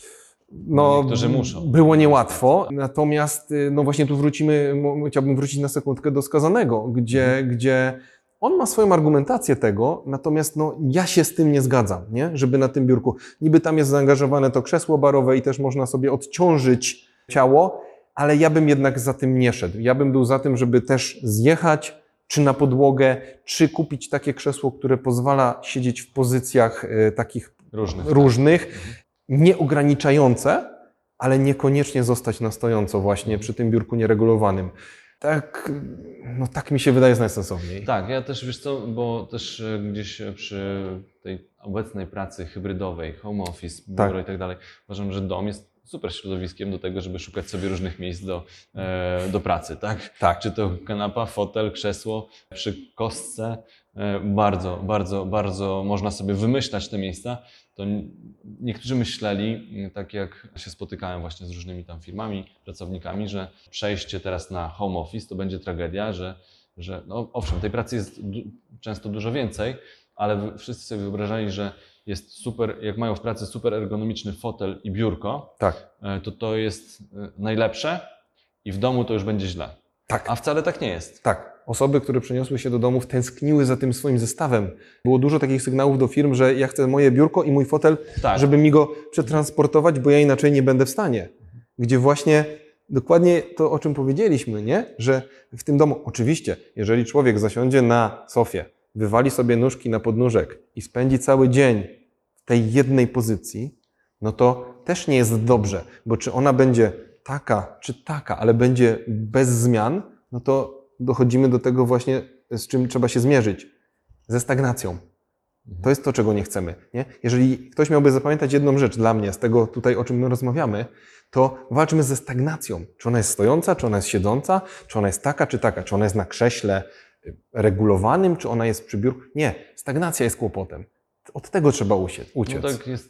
No, niektórzy muszą. Było niełatwo. Natomiast, no właśnie tu wrócimy, chciałbym wrócić na sekundkę do skazanego, gdzie, hmm. gdzie on ma swoją argumentację tego, natomiast no, ja się z tym nie zgadzam, nie? Żeby na tym biurku, niby tam jest zaangażowane to krzesło barowe i też można sobie odciążyć ciało, ale ja bym jednak za tym nie szedł. Ja bym był za tym, żeby też zjechać, czy na podłogę, czy kupić takie krzesło, które pozwala siedzieć w pozycjach y, takich różnych, różnych nie ograniczające, ale niekoniecznie zostać na stojąco właśnie przy tym biurku nieregulowanym. Tak, no tak mi się wydaje jest najsensowniej. Tak, ja też, wiesz co, bo też gdzieś przy tej obecnej pracy hybrydowej, home office, biuro tak. i tak dalej, uważam, że dom jest super środowiskiem do tego, żeby szukać sobie różnych miejsc do, e, do pracy, tak? Tak. Czy to kanapa, fotel, krzesło, przy kostce, e, bardzo, bardzo, bardzo można sobie wymyślać te miejsca. To niektórzy myśleli, tak jak się spotykałem właśnie z różnymi tam firmami, pracownikami, że przejście teraz na home office to będzie tragedia, że, że no owszem, tej pracy jest du- często dużo więcej, ale wszyscy sobie wyobrażali, że jest super, jak mają w pracy super ergonomiczny fotel i biurko, tak. to to jest najlepsze i w domu to już będzie źle. Tak. A wcale tak nie jest. Tak. Osoby, które przeniosły się do domów, tęskniły za tym swoim zestawem. Było dużo takich sygnałów do firm, że ja chcę moje biurko i mój fotel, tak. żeby mi go przetransportować, bo ja inaczej nie będę w stanie. Gdzie właśnie dokładnie to, o czym powiedzieliśmy, nie? Że w tym domu, oczywiście, jeżeli człowiek zasiądzie na sofie, wywali sobie nóżki na podnóżek i spędzi cały dzień w tej jednej pozycji, no to też nie jest dobrze, bo czy ona będzie taka, czy taka, ale będzie bez zmian, no to dochodzimy do tego właśnie, z czym trzeba się zmierzyć. Ze stagnacją. To jest to, czego nie chcemy. Nie? Jeżeli ktoś miałby zapamiętać jedną rzecz dla mnie z tego tutaj, o czym my rozmawiamy, to walczymy ze stagnacją. Czy ona jest stojąca, czy ona jest siedząca, czy ona jest taka, czy taka, czy ona jest na krześle regulowanym, czy ona jest przy biurku. Nie, stagnacja jest kłopotem. Od tego trzeba uciec. No tak jest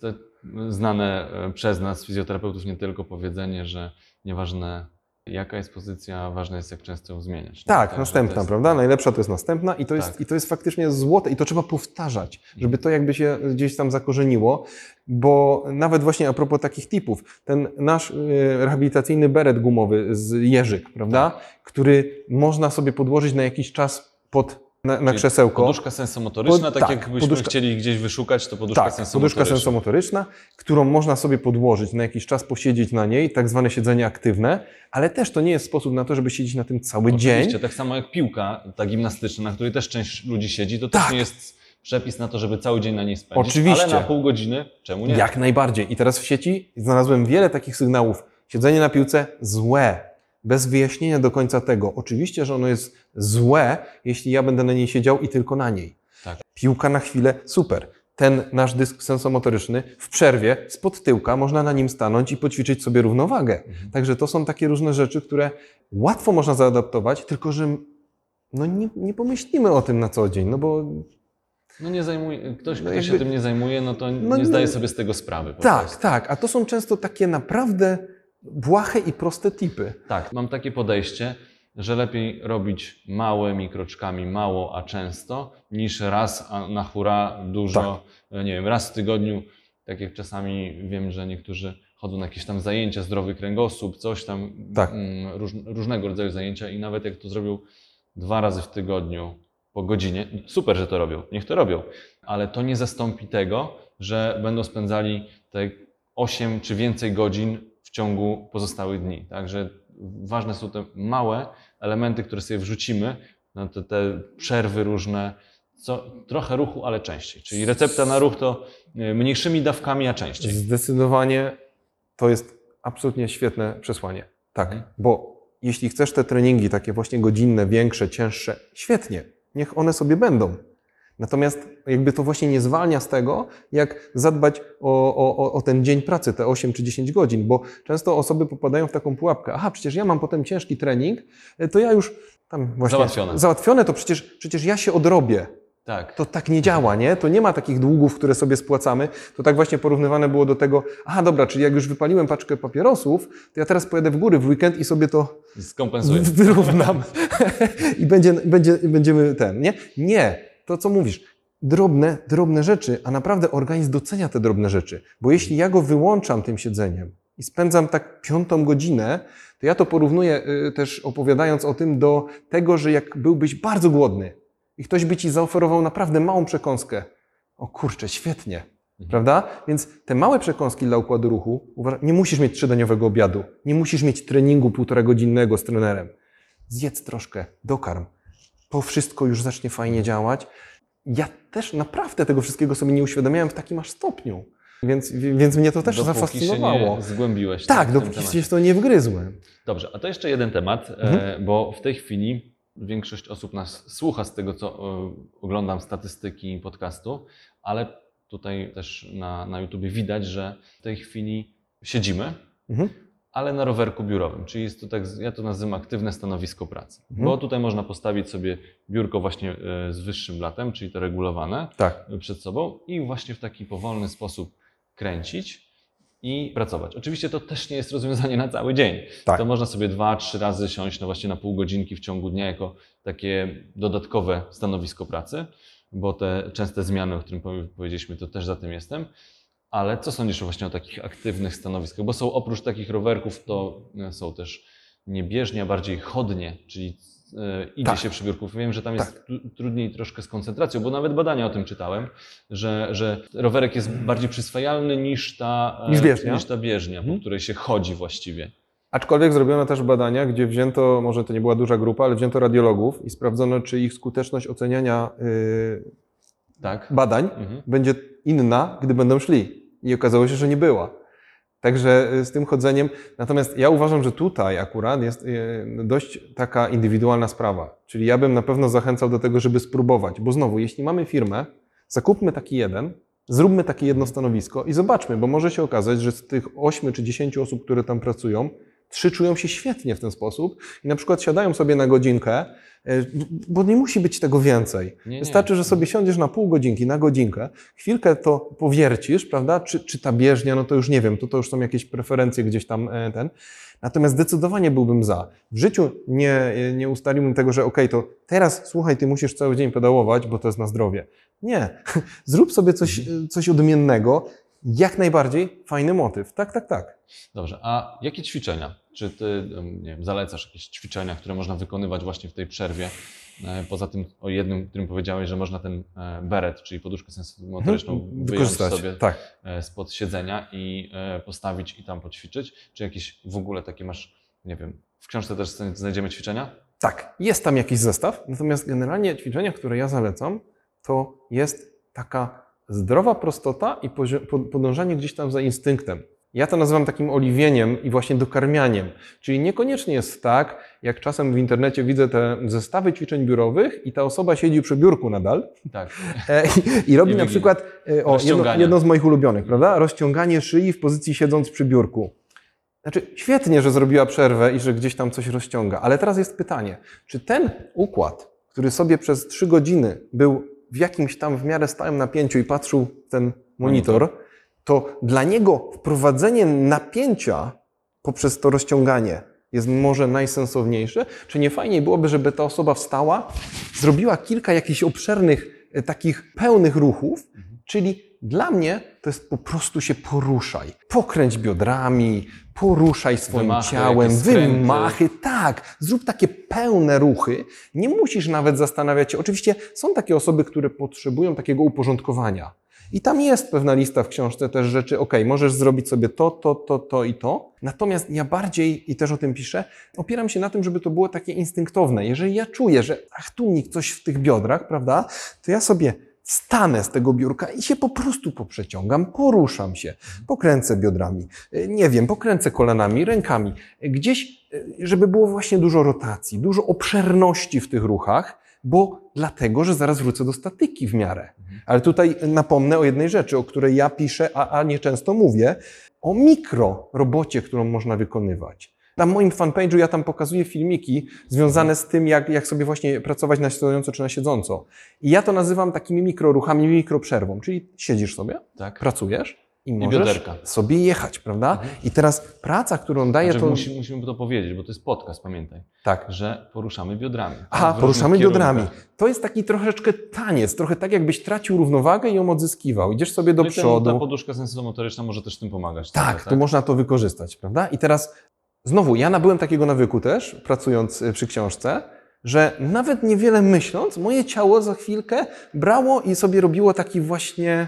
znane przez nas, fizjoterapeutów, nie tylko powiedzenie, że nieważne jaka jest pozycja, ważne jest jak często ją zmieniać. Tak, tak następna, jest... prawda? Najlepsza to jest następna i to jest, tak. i to jest faktycznie złote i to trzeba powtarzać, żeby to jakby się gdzieś tam zakorzeniło, bo nawet właśnie a propos takich tipów, ten nasz rehabilitacyjny beret gumowy z jeżyk, prawda? Tak. Który można sobie podłożyć na jakiś czas pod na, na Czyli krzesełko. Poduszka sensomotoryczna, Po- tak, tak, jakbyśmy poduszka- chcieli gdzieś wyszukać, to poduszka Tak, sensomotoryczna. poduszka sensomotoryczna, którą można sobie podłożyć, na jakiś czas posiedzieć na niej, tak zwane siedzenie aktywne, ale też to nie jest sposób na to, żeby siedzieć na tym cały Oczywiście, dzień. tak samo jak piłka, ta gimnastyczna, na której też część ludzi siedzi, to też Tak. nie jest przepis na to, żeby cały dzień na niej spędzić. Oczywiście. Ale na pół godziny, czemu nie? Jak najbardziej. I teraz w sieci znalazłem wiele takich sygnałów. Siedzenie na piłce złe, bez wyjaśnienia do końca tego. Oczywiście, że ono jest złe, jeśli ja będę na niej siedział i tylko na niej. Tak. Piłka na chwilę, super. Ten nasz dysk sensomotoryczny w przerwie spod tyłka można na nim stanąć i poćwiczyć sobie równowagę. Mhm. Także to są takie różne rzeczy, które łatwo można zaadaptować, tylko że no nie, nie pomyślimy o tym na co dzień, no bo No nie zajmuje, ktoś, No kto się jakby- tym nie zajmuje, no to No nie nie- zdaje sobie z tego sprawy. Po tak, prostu. tak, a to są często takie naprawdę błahe i proste tipy. Tak, mam takie podejście, że lepiej robić małymi kroczkami, mało, a często, niż raz a na hura dużo, nie wiem, raz w tygodniu, tak jak czasami wiem, że niektórzy chodzą na jakieś tam zajęcia, zdrowy kręgosłup, coś tam, Tak. mm, róż, różnego rodzaju zajęcia i nawet jak to zrobią dwa razy w tygodniu po godzinie, super, że to robią, niech to robią, ale to nie zastąpi tego, że będą spędzali te osiem czy więcej godzin w ciągu pozostałych dni. Także ważne są te małe elementy, które sobie wrzucimy, no te, te przerwy różne, co, trochę ruchu, ale częściej. Czyli recepta na ruch to y, mniejszymi dawkami, a częściej. Zdecydowanie to jest absolutnie świetne przesłanie. Tak, Mhm. bo jeśli chcesz te treningi takie właśnie godzinne, większe, cięższe, świetnie, niech one sobie będą. Natomiast jakby to właśnie nie zwalnia z tego, jak zadbać o, o, o ten dzień pracy, te osiem czy dziesięć godzin, bo często osoby popadają w taką pułapkę. Aha, przecież ja mam potem ciężki trening, to ja już tam właśnie... Załatwione. Załatwione, to przecież, przecież ja się odrobię. Tak. To tak nie działa, nie? To nie ma takich długów, które sobie spłacamy. To tak właśnie porównywane było do tego, aha, dobra, czyli jak już wypaliłem paczkę papierosów, to ja teraz pojadę w góry w weekend i sobie to Skompensuję. wyrównam. I będzie, będzie, będziemy ten, nie? Nie, to co mówisz, drobne, drobne rzeczy, a naprawdę organizm docenia te drobne rzeczy. Bo jeśli ja go wyłączam tym siedzeniem i spędzam tak piątą godzinę, to ja to porównuję y, też opowiadając o tym do tego, że jak byłbyś bardzo głodny i ktoś by ci zaoferował naprawdę małą przekąskę, o kurczę, świetnie, Mhm. prawda? Więc te małe przekąski dla układu ruchu, uważa, nie musisz mieć trzydniowego obiadu, nie musisz mieć treningu półtora godzinnego z trenerem. Zjedz troszkę, dokarm. To wszystko już zacznie fajnie działać. Ja też naprawdę tego wszystkiego sobie nie uświadamiałem w takim aż stopniu. Więc, więc mnie to też Dopóki zafascynowało. się nie zgłębiłeś. Tak, w tym dopóki temacie. się w to nie wgryzłem. Dobrze, a to jeszcze jeden temat, Mhm. e, bo w tej chwili większość osób nas słucha z tego, co e, oglądam statystyki podcastu, ale tutaj też na, na YouTubie widać, że w tej chwili siedzimy, Mhm. ale na rowerku biurowym, czyli jest to tak, ja to nazywam aktywne stanowisko pracy, Mhm. bo tutaj można postawić sobie biurko właśnie e, z wyższym latem, czyli to regulowane Tak. przed sobą i właśnie w taki powolny sposób kręcić i pracować. Oczywiście to też nie jest rozwiązanie na cały dzień. Tak. To można sobie dwa, trzy razy siąść no właśnie na pół godzinki w ciągu dnia jako takie dodatkowe stanowisko pracy, bo te częste zmiany, o którym powie- powiedzieliśmy, to też za tym jestem. Ale co sądzisz właśnie o takich aktywnych stanowiskach? Bo są oprócz takich rowerków, to e, są też nie bieżnie, a bardziej chodnie, czyli e, idzie Tak. się przy biurku. Wiem, że tam jest tru- trudniej troszkę z koncentracją, bo nawet badania o tym czytałem, że, że rowerek jest bardziej przyswajalny niż ta, e, Niż bieżnia. niż ta bieżnia, Mhm. po której się chodzi właściwie. Aczkolwiek zrobiono też badania, gdzie wzięto, może to nie była duża grupa, ale wzięto radiologów i sprawdzono, czy ich skuteczność oceniania yy, Tak? badań Mhm. będzie inna, gdy będą szli. I okazało się, że nie była. Także y, z tym chodzeniem. Natomiast ja uważam, że tutaj akurat jest y, dość taka indywidualna sprawa. Czyli ja bym na pewno zachęcał do tego, żeby spróbować. Bo znowu, jeśli mamy firmę, zakupmy taki jeden, zróbmy takie jedno stanowisko i zobaczmy, bo może się okazać, że z tych ośmiu czy dziesięciu osób, które tam pracują, trzy czują się świetnie w ten sposób i na przykład siadają sobie na godzinkę, y, bo nie musi być tego więcej. Nie, nie. Wystarczy, że sobie siądziesz na pół godzinki, na godzinkę, chwilkę to powiercisz, prawda? Czy, czy ta bieżnia, no to już nie wiem, to, to już są jakieś preferencje gdzieś tam e, ten. Natomiast zdecydowanie byłbym za. W życiu nie, nie ustaliłbym tego, że okej, to teraz słuchaj, ty musisz cały dzień pedałować, bo to jest na zdrowie. Nie. Zrób sobie coś, coś odmiennego. Jak najbardziej fajny motyw. Tak, tak, tak. Dobrze, a jakie ćwiczenia? Czy ty em, nie wiem, zalecasz jakieś ćwiczenia, które można wykonywać właśnie w tej przerwie e, poza tym o jednym, którym powiedziałeś, że można ten e, beret, czyli poduszkę sensomotoryczną Mhm, wyjąć wykorzystać, sobie tak. e, spod siedzenia i e, postawić i tam poćwiczyć. Czy jakieś w ogóle takie masz, nie wiem, w książce też znajdziemy ćwiczenia? Tak, jest tam jakiś zestaw, natomiast generalnie ćwiczenia, które ja zalecam, to jest taka zdrowa prostota i podążanie gdzieś tam za instynktem. Ja to nazywam takim oliwieniem i właśnie dokarmianiem. Czyli niekoniecznie jest tak, jak czasem w internecie widzę te zestawy ćwiczeń biurowych i ta osoba siedzi przy biurku nadal Tak. e, i, i robi I na wygina. przykład e, o, jedno, jedno z moich ulubionych, prawda? Rozciąganie szyi w pozycji siedząc przy biurku. Znaczy, świetnie, że zrobiła przerwę i że gdzieś tam coś rozciąga, ale teraz jest pytanie, czy ten układ, który sobie przez trzy godziny był w jakimś tam w miarę stałym napięciu i patrzył w ten monitor, monitor, to dla niego wprowadzenie napięcia poprzez to rozciąganie jest może najsensowniejsze? Czy nie fajniej byłoby, żeby ta osoba wstała, zrobiła kilka jakichś obszernych, takich pełnych ruchów, czyli dla mnie to jest po prostu się poruszaj. Pokręć biodrami, poruszaj swoim Wymachy, ciałem, jakieś skręty. wymachy, tak, zrób takie pełne ruchy. Nie musisz nawet zastanawiać się. Oczywiście są takie osoby, które potrzebują takiego uporządkowania. I tam jest pewna lista w książce też rzeczy, ok, możesz zrobić sobie to, to, to, to i to. Natomiast ja bardziej, i też o tym piszę, opieram się na tym, żeby to było takie instynktowne. Jeżeli ja czuję, że ach, tu mi coś w tych biodrach, prawda, to ja sobie stanę z tego biurka i się po prostu poprzeciągam, poruszam się, pokręcę biodrami, nie wiem, pokręcę kolanami, rękami. Gdzieś, żeby było właśnie dużo rotacji, dużo obszerności w tych ruchach, bo dlatego, że zaraz wrócę do statyki w miarę. Ale tutaj napomnę o jednej rzeczy, o której ja piszę, a, a nie często mówię, o mikrorobocie, którą można wykonywać. Na moim fanpage'u ja tam pokazuję filmiki związane z tym, jak, jak sobie właśnie pracować na stojąco czy na siedząco. I ja to nazywam takimi mikroruchami, mikroprzerwą, czyli siedzisz sobie, Tak. pracujesz i możesz bioderka. sobie jechać, prawda? Mhm. I teraz praca, którą daje Znaczy, to... Musimy, musimy to powiedzieć, bo to jest podcast, pamiętaj. Tak. Że poruszamy biodrami. Aha, poruszamy biodrami. To jest taki troszeczkę taniec, trochę tak jakbyś tracił równowagę i ją odzyskiwał. Idziesz sobie do no przodu. I ten, ta poduszka sensomotoryczna może też tym pomagać. Tak, trochę, tu tak? można to wykorzystać, prawda? I teraz znowu, ja nabyłem takiego nawyku też, pracując przy książce, że nawet niewiele myśląc, moje ciało za chwilkę brało i sobie robiło taki właśnie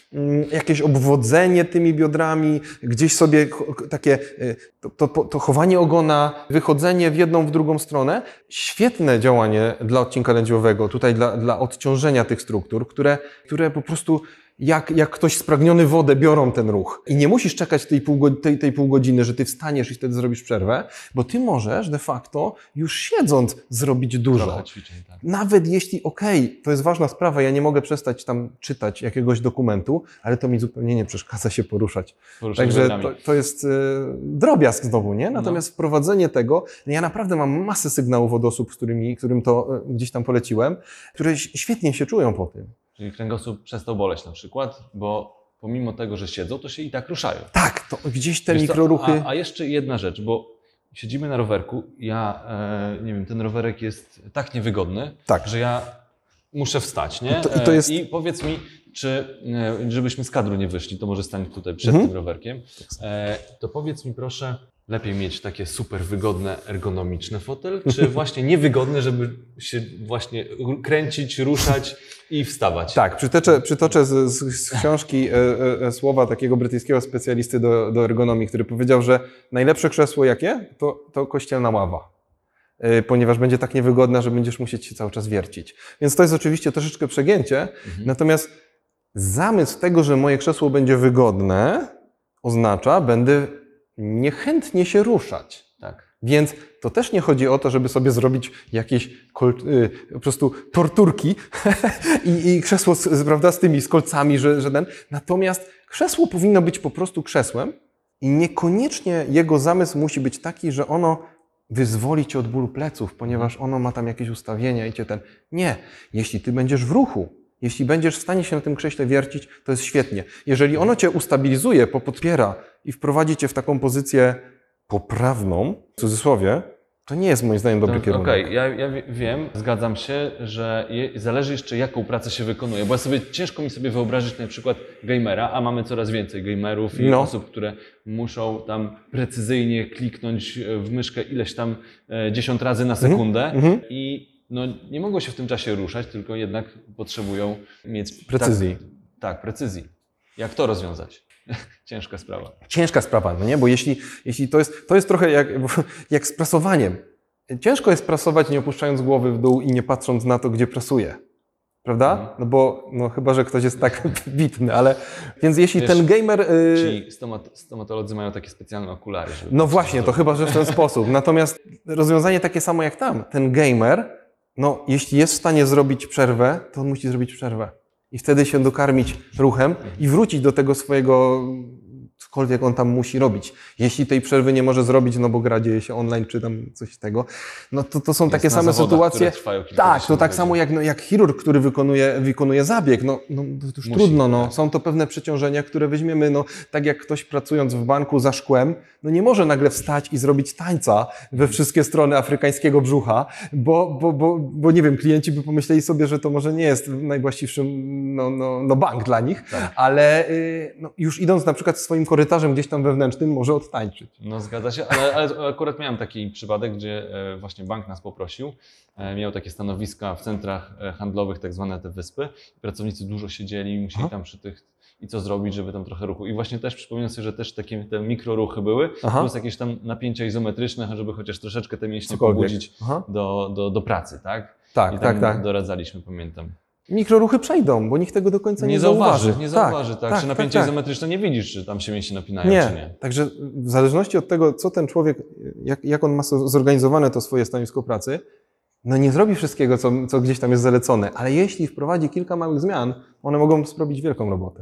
jakieś obwodzenie tymi biodrami, gdzieś sobie takie to, to, to chowanie ogona, wychodzenie w jedną, w drugą stronę. Świetne działanie dla odcinka lędźwiowego, tutaj dla, dla odciążenia tych struktur, które, które po prostu jak, jak ktoś spragniony wodę biorą ten ruch. I nie musisz czekać tej pół, tej, tej pół godziny, że ty wstaniesz i wtedy zrobisz przerwę, bo ty możesz de facto już siedząc zrobić dużo. Ćwiczeń, tak. Nawet jeśli, okej, okay, to jest ważna sprawa, ja nie mogę przestać tam czytać jakiegoś dokumentu, ale to mi zupełnie nie przeszkadza się poruszać. Poruszamy Także to, to jest y, drobiazg znowu, nie? Natomiast no. wprowadzenie tego, ja naprawdę mam masę sygnałów od osób, z którymi, którym to y, gdzieś tam poleciłem, które świetnie się czują po tym. Czyli kręgosłup przestał boleć na przykład, bo pomimo tego, że siedzą, to się i tak ruszają. Tak, to gdzieś te Wiesz mikroruchy... A, a jeszcze jedna rzecz, bo siedzimy na rowerku, ja, e, nie wiem, ten rowerek jest tak niewygodny, tak. że ja muszę wstać, nie? I to, i to jest... I powiedz mi, czy, e, żebyśmy z kadru nie wyszli, to może stań tutaj przed mhm. tym rowerkiem, e, to powiedz mi proszę, lepiej mieć takie super wygodne, ergonomiczne fotel, czy właśnie niewygodne, żeby się właśnie kręcić, ruszać i wstawać? Tak, przytoczę, przytoczę z, z, z książki e, e, słowa takiego brytyjskiego specjalisty do, do ergonomii, który powiedział, że najlepsze krzesło jakie? To, to kościelna ława. E, ponieważ będzie tak niewygodna, że będziesz musieć się cały czas wiercić. Więc to jest oczywiście troszeczkę przegięcie, mhm. natomiast zamysł tego, że moje krzesło będzie wygodne, oznacza, będę niechętnie się ruszać. Tak. Więc to też nie chodzi o to, żeby sobie zrobić jakieś kol, y, po prostu torturki I, i krzesło z, prawda, z tymi z kolcami, że, że ten. Natomiast krzesło powinno być po prostu krzesłem i niekoniecznie jego zamysł musi być taki, że ono wyzwoli cię od bólu pleców, ponieważ ono ma tam jakieś ustawienia i cię ten... Nie. Jeśli ty będziesz w ruchu, jeśli będziesz w stanie się na tym krześle wiercić, to jest świetnie. Jeżeli ono cię ustabilizuje, popodpiera i wprowadzi cię w taką pozycję poprawną, w cudzysłowie, to nie jest moim zdaniem dobry kierunek. Okej, okay. ja, ja wiem, zgadzam się, że je, zależy jeszcze jaką pracę się wykonuje, bo ja sobie, ciężko mi sobie wyobrazić na przykład gamera, a mamy coraz więcej gamerów i no. osób, które muszą tam precyzyjnie kliknąć w myszkę ileś tam e, dziesiąt razy na sekundę mm-hmm. i no, nie mogą się w tym czasie ruszać, tylko jednak potrzebują mieć... Precyzji. Tak, tak, precyzji. Jak to rozwiązać? Ciężka sprawa. Ciężka sprawa, no nie? Bo jeśli, jeśli to jest, to jest trochę jak, jak z prasowaniem. Ciężko jest prasować, nie opuszczając głowy w dół i nie patrząc na to, gdzie prasuje. Prawda? No bo, no chyba, że ktoś jest tak wybitny, ale... Więc jeśli Wiesz, ten gamer... Yy... Ci stomat stomatolodzy mają takie specjalne okulary. Żeby No właśnie, to chyba, że w ten sposób. Natomiast rozwiązanie takie samo jak tam. Ten gamer, no jeśli jest w stanie zrobić przerwę, to on musi zrobić przerwę. I wtedy się dokarmić ruchem i wrócić do tego swojego, cokolwiek on tam musi robić. Jeśli tej przerwy nie może zrobić, no bo gra dzieje się online, czy tam coś tego, no to, to są Jest takie na same zawodach, sytuacje. które trwają Tak, kilkadziesiąt to tak godzin. samo jak, no, jak chirurg, który wykonuje, wykonuje zabieg. No, no to już Musi, trudno, no. tak. Są to pewne przeciążenia, które weźmiemy, no tak jak ktoś pracując w banku za szkłem, no nie może nagle wstać i zrobić tańca we wszystkie strony afrykańskiego brzucha, bo, bo, bo, bo nie wiem, klienci by pomyśleli sobie, że to może nie jest najwłaściwszy no, no, no bank dla nich, Tak. ale y, no, już idąc na przykład swoim korytarzem gdzieś tam wewnętrznym, może odtańczyć. No zgadza się, ale, ale akurat miałem taki przypadek, gdzie e, właśnie bank nas poprosił. E, miał takie stanowiska w centrach e, handlowych, tak zwane te wyspy. Pracownicy dużo siedzieli, musieli Aha. tam przy tych i co zrobić, żeby tam trochę ruchu. I właśnie też przypominam sobie, że też takie te mikroruchy były, Aha. plus jakieś tam napięcia izometryczne, żeby chociaż troszeczkę te mięśnie Cokolwiek. pobudzić Aha. do, do, do pracy, tak? Tak, I tak, tam tak. doradzaliśmy, pamiętam. Mikroruchy przejdą, bo nikt tego do końca nie, Nie zauważy, nie zauważy, tak. tak, Czy tak, napięcie tak. izometryczne nie widzisz, czy tam się mięśnie napinają, Nie. czy nie. Także w zależności od tego, co ten człowiek, jak, jak on ma so- zorganizowane to swoje stanowisko pracy, no nie zrobi wszystkiego, co, co gdzieś tam jest zalecone, ale jeśli wprowadzi kilka małych zmian, one mogą zrobić wielką robotę.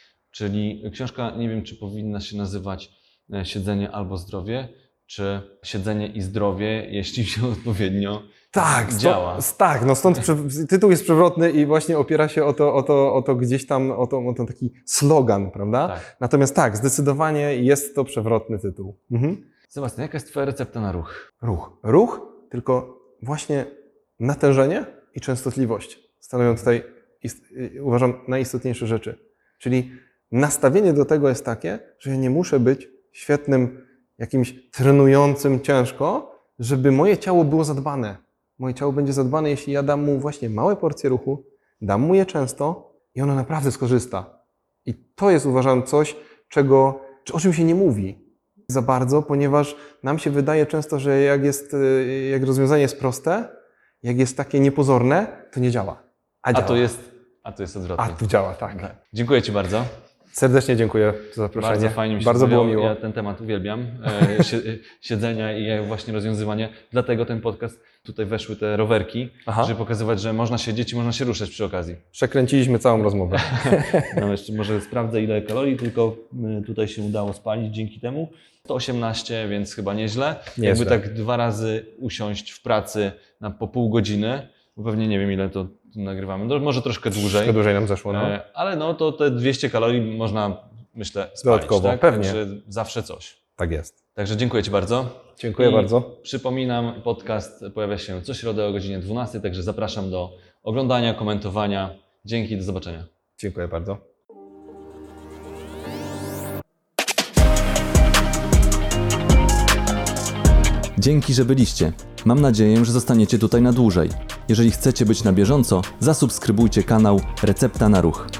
Czyli książka, nie wiem, czy powinna się nazywać e, Siedzenie albo zdrowie, czy Siedzenie i zdrowie, jeśli się odpowiednio Tak, sto- działa. tak, no stąd prze, tytuł jest przewrotny i właśnie opiera się o to, o to, o to gdzieś tam, o to, o to taki slogan, prawda? Tak. Natomiast tak, zdecydowanie jest to przewrotny tytuł. Mhm. Sebastian, jaka jest Twoja recepta na ruch? Ruch. Ruch, tylko właśnie natężenie i częstotliwość stanowią tutaj, ist, y, uważam, najistotniejsze rzeczy. Czyli nastawienie do tego jest takie, że ja nie muszę być świetnym, jakimś trenującym ciężko, żeby moje ciało było zadbane. Moje ciało będzie zadbane, jeśli ja dam mu właśnie małe porcje ruchu, dam mu je często i ono naprawdę skorzysta. I to jest, uważam, coś, czego, o czym się nie mówi za bardzo, ponieważ nam się wydaje często, że jak jest, y, jak rozwiązanie jest proste, jak jest takie niepozorne, to nie działa. A, A działa. to jest, a to jest odwrotnie. A tu działa, tak. Tak. Dziękuję Ci bardzo. Serdecznie dziękuję za zaproszenie. Bardzo fajnie mi się Bardzo było rozmawiało. miło. Ja ten temat uwielbiam, e, sie, siedzenia i e, właśnie rozwiązywanie. Dlatego ten podcast, tutaj weszły te rowerki, Aha. żeby pokazywać, że można siedzieć i można się ruszać przy okazji. Przekręciliśmy całą rozmowę. No jeszcze może sprawdzę, ile kalorii tylko y, tutaj się udało spalić dzięki temu. sto osiemnaście, więc chyba nieźle. Nieźle. Jakby tak dwa razy usiąść w pracy na po pół godziny, bo pewnie nie wiem, ile to nagrywamy, no, może troszkę dłużej, Troszkę dłużej nam zeszło, no. e, ale no to te dwieście kalorii można, myślę, spalić. Dodatkowo, tak? pewnie. Także zawsze coś. Tak jest. Także dziękuję Ci bardzo. Dziękuję I bardzo. Przypominam, podcast pojawia się co środę o godzinie dwunastej, także zapraszam do oglądania, komentowania. Dzięki, do zobaczenia. Dziękuję bardzo. Dzięki, że byliście. Mam nadzieję, że zostaniecie tutaj na dłużej. Jeżeli chcecie być na bieżąco, zasubskrybujcie kanał Recepta na Ruch.